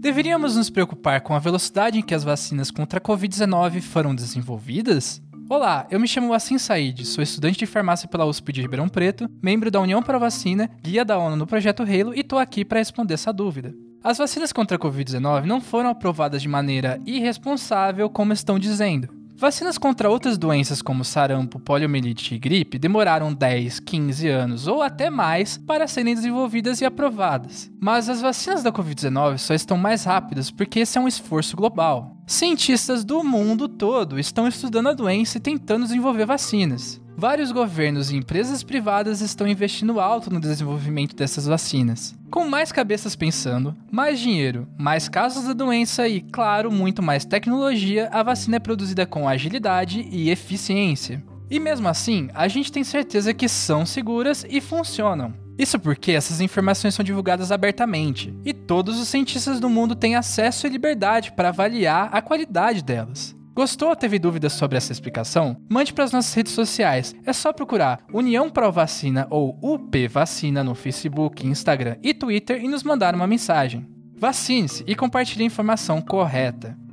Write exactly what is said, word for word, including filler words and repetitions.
Deveríamos nos preocupar com a velocidade em que as vacinas contra a covid dezenove foram desenvolvidas? Olá, eu me chamo Wassim Said, sou estudante de farmácia pela U S P de Ribeirão Preto, membro da União Pro Vacina, guia da ONU no Projeto Halo e tô aqui para responder essa dúvida. As vacinas contra a covid dezenove não foram aprovadas de maneira irresponsável como estão dizendo. Vacinas contra outras doenças como sarampo, poliomielite e gripe demoraram dez, quinze anos ou até mais para serem desenvolvidas e aprovadas. Mas as vacinas da covid dezenove só estão mais rápidas porque esse é um esforço global. Cientistas do mundo todo estão estudando a doença e tentando desenvolver vacinas. Vários governos e empresas privadas estão investindo alto no desenvolvimento dessas vacinas. Com mais cabeças pensando, mais dinheiro, mais casos da doença e, claro, muito mais tecnologia, a vacina é produzida com agilidade e eficiência. E mesmo assim, a gente tem certeza que são seguras e funcionam. Isso porque essas informações são divulgadas abertamente, e todos os cientistas do mundo têm acesso e liberdade para avaliar a qualidade delas. Gostou ou teve dúvidas sobre essa explicação? Mande para as nossas redes sociais. É só procurar União Pro Vacina ou U P Vacina no Facebook, Instagram e Twitter e nos mandar uma mensagem. Vacine-se e compartilhe a informação correta.